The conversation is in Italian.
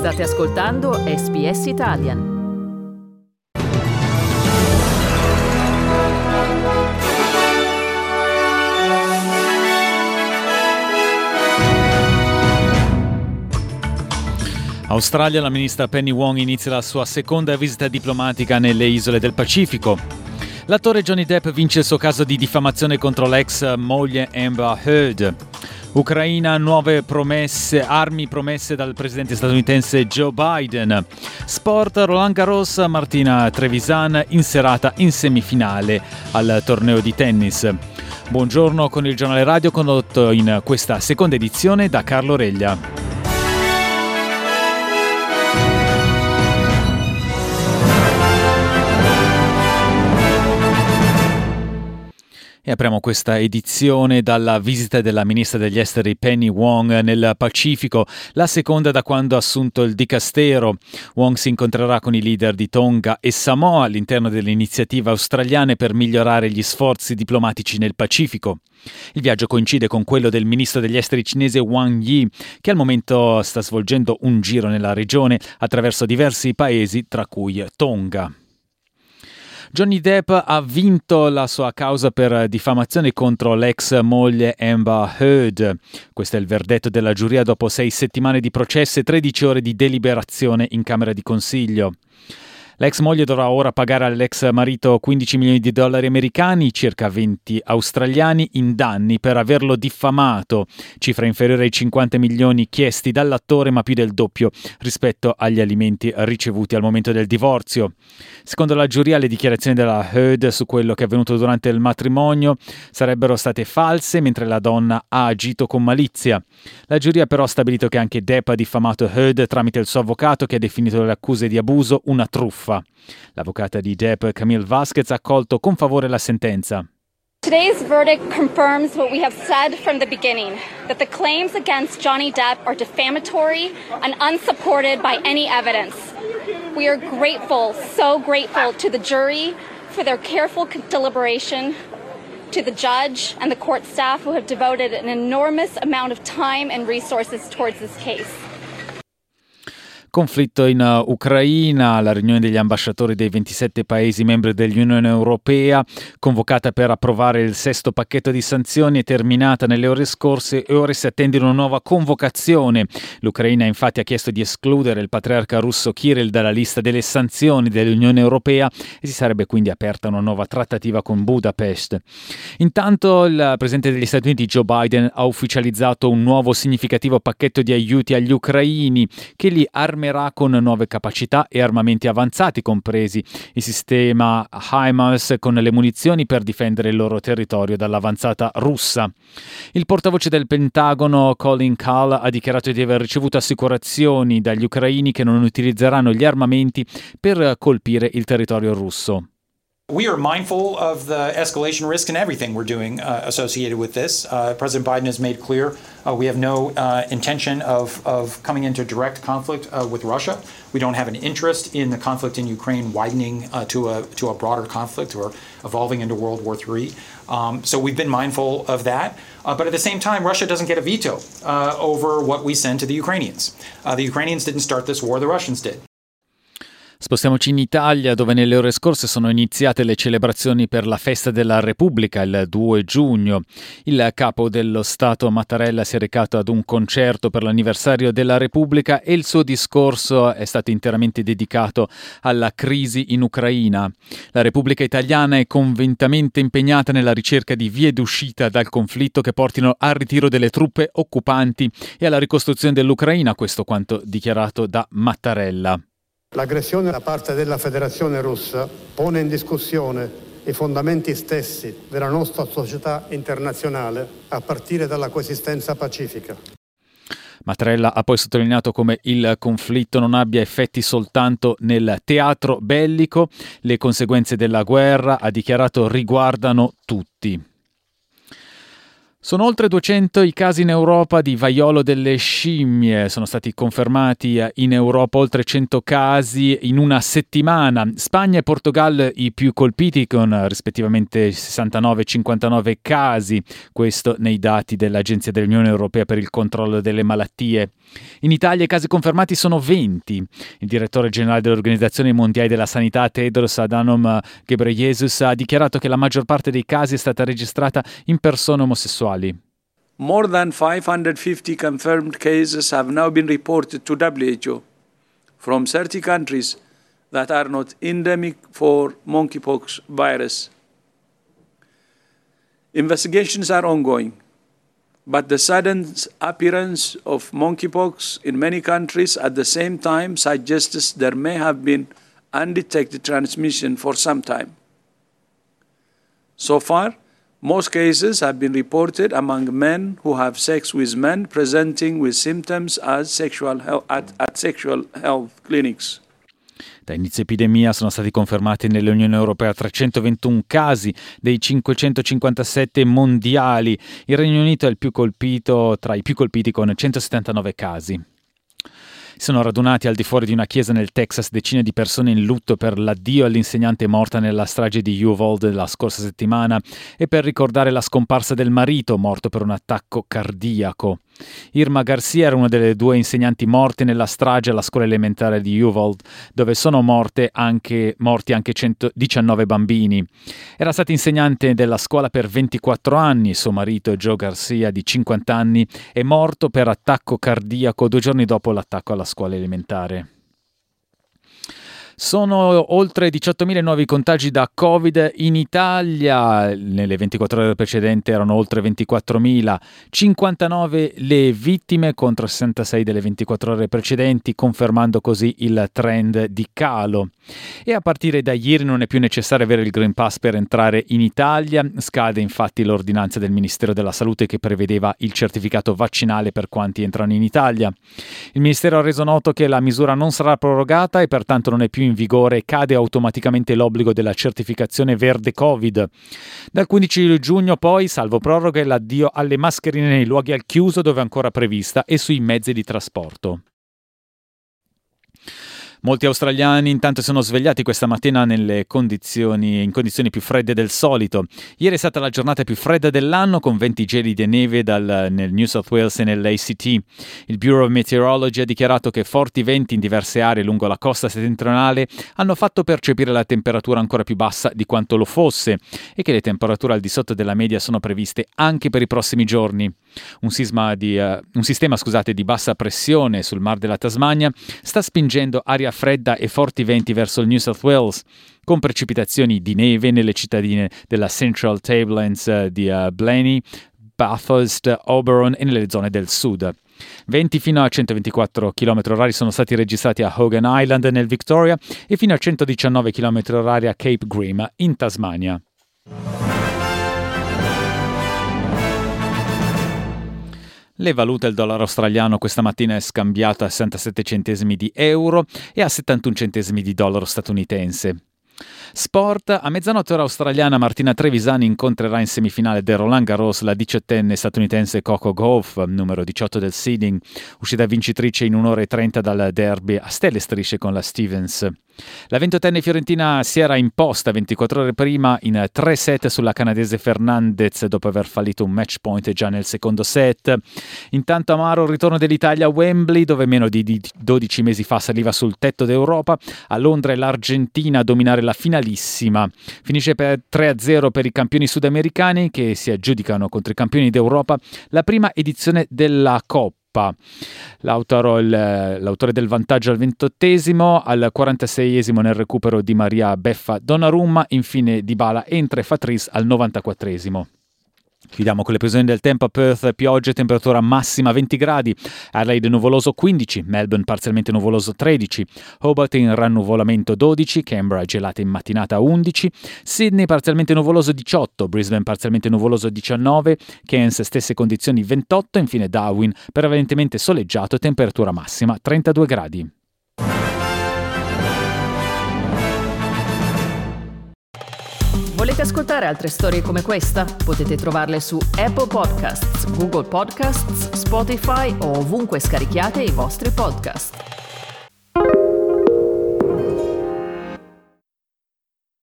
State ascoltando SBS Italian. Australia, la ministra Penny Wong inizia la sua seconda visita diplomatica nelle isole del Pacifico. L'attore Johnny Depp vince il suo caso di diffamazione contro l'ex moglie Amber Heard. Ucraina, nuove promesse, armi promesse dal presidente statunitense Joe Biden. Sport, Roland Garros, Martina Trevisan inserata in semifinale al torneo di tennis. Buongiorno con il giornale radio condotto in questa seconda edizione da Carlo Reglia. E apriamo questa edizione dalla visita della ministra degli esteri Penny Wong nel Pacifico, la seconda da quando ha assunto il dicastero. Wong si incontrerà con i leader di Tonga e Samoa all'interno delle iniziative australiane per migliorare gli sforzi diplomatici nel Pacifico. Il viaggio coincide con quello del ministro degli esteri cinese Wang Yi, che al momento sta svolgendo un giro nella regione attraverso diversi paesi, tra cui Tonga. Johnny Depp ha vinto la sua causa per diffamazione contro l'ex moglie Amber Heard. Questo è il verdetto della giuria dopo 6 settimane di processo e 13 ore di deliberazione in Camera di Consiglio. L'ex moglie dovrà ora pagare all'ex marito $15 milioni americani, circa 20 australiani, in danni per averlo diffamato, cifra inferiore ai 50 milioni chiesti dall'attore, ma più del doppio rispetto agli alimenti ricevuti al momento del divorzio. Secondo la giuria, le dichiarazioni della Heard su quello che è avvenuto durante il matrimonio sarebbero state false, mentre la donna ha agito con malizia. La giuria però ha stabilito che anche Depp ha diffamato Heard tramite il suo avvocato, che ha definito le accuse di abuso una truffa. L'avvocata di Depp, Camille Vasquez, ha accolto con favore la sentenza. Today's verdict confirms what we have said from the beginning, that the claims against Johnny Depp are defamatory and unsupported by any evidence. We are grateful, so grateful to the jury for their careful deliberation, to the judge and the court staff who have devoted an enormous amount of time and resources towards this case. Conflitto in Ucraina, la riunione degli ambasciatori dei 27 paesi membri dell'Unione Europea, convocata per approvare il 6º pacchetto di sanzioni, è terminata nelle ore scorse e ora si attende una nuova convocazione. L'Ucraina infatti ha chiesto di escludere il patriarca russo Kirill dalla lista delle sanzioni dell'Unione Europea e si sarebbe quindi aperta una nuova trattativa con Budapest. Intanto il presidente degli Stati Uniti Joe Biden ha ufficializzato un nuovo significativo pacchetto di aiuti agli ucraini che li armerà con nuove capacità e armamenti avanzati, compresi il sistema HIMARS con le munizioni per difendere il loro territorio dall'avanzata russa. Il portavoce del Pentagono Colin Kahl ha dichiarato di aver ricevuto assicurazioni dagli ucraini che non utilizzeranno gli armamenti per colpire il territorio russo. We are mindful of the escalation risk in everything we're doing associated with this. President Biden has made clear we have no intention of coming into direct conflict with Russia. We don't have an interest in the conflict in Ukraine widening to a broader conflict or evolving into World War III. So we've been mindful of that. But at the same time, Russia doesn't get a veto over what we send to the Ukrainians. The Ukrainians didn't start this war, the Russians did. Spostiamoci in Italia, dove nelle ore scorse sono iniziate le celebrazioni per la festa della Repubblica il 2 giugno. Il capo dello Stato Mattarella si è recato ad un concerto per l'anniversario della Repubblica e il suo discorso è stato interamente dedicato alla crisi in Ucraina. La Repubblica Italiana è convintamente impegnata nella ricerca di vie d'uscita dal conflitto che portino al ritiro delle truppe occupanti e alla ricostruzione dell'Ucraina, questo quanto dichiarato da Mattarella. L'aggressione da parte della Federazione Russa pone in discussione i fondamenti stessi della nostra società internazionale, a partire dalla coesistenza pacifica. Mattarella ha poi sottolineato come il conflitto non abbia effetti soltanto nel teatro bellico, le conseguenze della guerra, ha dichiarato, riguardano tutti. Sono oltre 200 i casi in Europa di vaiolo delle scimmie, sono stati confermati in Europa oltre 100 casi in una settimana. Spagna e Portogallo i più colpiti con rispettivamente 69 e 59 casi, questo nei dati dell'Agenzia dell'Unione Europea per il controllo delle malattie. In Italia i casi confermati sono 20. Il direttore generale dell'Organizzazione Mondiale della Sanità, Tedros Adhanom Ghebreyesus, ha dichiarato che la maggior parte dei casi è stata registrata in persone omosessuali. More than 550 confirmed cases have now been reported to WHO from 30 countries that are not endemic for monkeypox virus. Investigations are ongoing, but the sudden appearance of monkeypox in many countries at the same time suggests there may have been undetected transmission for some time. So far, most cases have been reported among men who have sex with men presenting with symptoms at sexual health clinics. Da inizio epidemia sono stati confermati nell'Unione Europea 321 casi dei 557 mondiali. Il Regno Unito è il più colpito, tra i più colpiti, con 179 casi. Sono radunati al di fuori di una chiesa nel Texas decine di persone in lutto per l'addio all'insegnante morta nella strage di Uvalde la scorsa settimana e per ricordare la scomparsa del marito morto per un attacco cardiaco. Irma Garcia era una delle 2 insegnanti morte nella strage alla scuola elementare di Uvalde, dove sono morti anche 119 bambini. Era stata insegnante della scuola per 24 anni. Suo marito, Joe Garcia, di 50 anni, è morto per attacco cardiaco 2 giorni dopo l'attacco alla scuola elementare. Sono oltre 18.000 nuovi contagi da Covid in Italia, nelle 24 ore precedenti erano oltre 24.000, 59 le vittime contro 66 delle 24 ore precedenti, confermando così il trend di calo. E a partire da ieri non è più necessario avere il Green Pass per entrare in Italia, scade infatti l'ordinanza del Ministero della Salute che prevedeva il certificato vaccinale per quanti entrano in Italia. Il Ministero ha reso noto che la misura non sarà prorogata e pertanto non è più in vigore e cade automaticamente l'obbligo della certificazione verde Covid. Dal 15 giugno poi, salvo proroga, l'addio alle mascherine nei luoghi al chiuso dove è ancora prevista e sui mezzi di trasporto. Molti australiani intanto sono svegliati questa mattina in condizioni più fredde del solito. Ieri è stata la giornata più fredda dell'anno con venti gelidi e neve nel New South Wales e nell'ACT. Il Bureau of Meteorology ha dichiarato che forti venti in diverse aree lungo la costa settentrionale hanno fatto percepire la temperatura ancora più bassa di quanto lo fosse e che le temperature al di sotto della media sono previste anche per i prossimi giorni. Un sistema di bassa pressione sul Mar della Tasmania sta spingendo aria fredda e forti venti verso il New South Wales, con precipitazioni di neve nelle cittadine della Central Tablelands di Blenheim, Bathurst, Oberon e nelle zone del sud. Venti fino a 124 km/h sono stati registrati a Hogan Island nel Victoria e fino a 119 km/h a Cape Grim in Tasmania. Le valute, il dollaro australiano questa mattina è scambiato a 67 centesimi di euro e a 71 centesimi di dollaro statunitense. Sport, a mezzanotte ora australiana Martina Trevisani incontrerà in semifinale del Roland Garros la 18enne statunitense Coco Gauff, numero 18 del seeding, uscita vincitrice in 1 ora e 30 dal derby a stelle strisce con la Stevens. La 28enne fiorentina si era imposta 24 ore prima in 3 set sulla canadese Fernandez dopo aver fallito un match point già nel secondo set. Intanto amaro il ritorno dell'Italia a Wembley, dove meno di 12 mesi fa saliva sul tetto d'Europa. A Londra è l'Argentina a dominare la finalissima. Finisce per 3-0 per i campioni sudamericani che si aggiudicano contro i campioni d'Europa la prima edizione della Coppa. L'autore del vantaggio al 28esimo, al 46esimo nel recupero di Maria Beffa Donnarumma, infine Dybala entra e fa tris al 94esimo. Chiudiamo con le previsioni del tempo. A Perth pioggia, temperatura massima 20 gradi, Adelaide nuvoloso 15, Melbourne parzialmente nuvoloso 13, Hobart in rannuvolamento 12, Canberra gelata in mattinata 11, Sydney parzialmente nuvoloso 18, Brisbane parzialmente nuvoloso 19, Cairns stesse condizioni 28, infine Darwin prevalentemente soleggiato, temperatura massima 32 gradi. Volete ascoltare altre storie come questa? Potete trovarle su Apple Podcasts, Google Podcasts, Spotify o ovunque scarichiate i vostri podcast.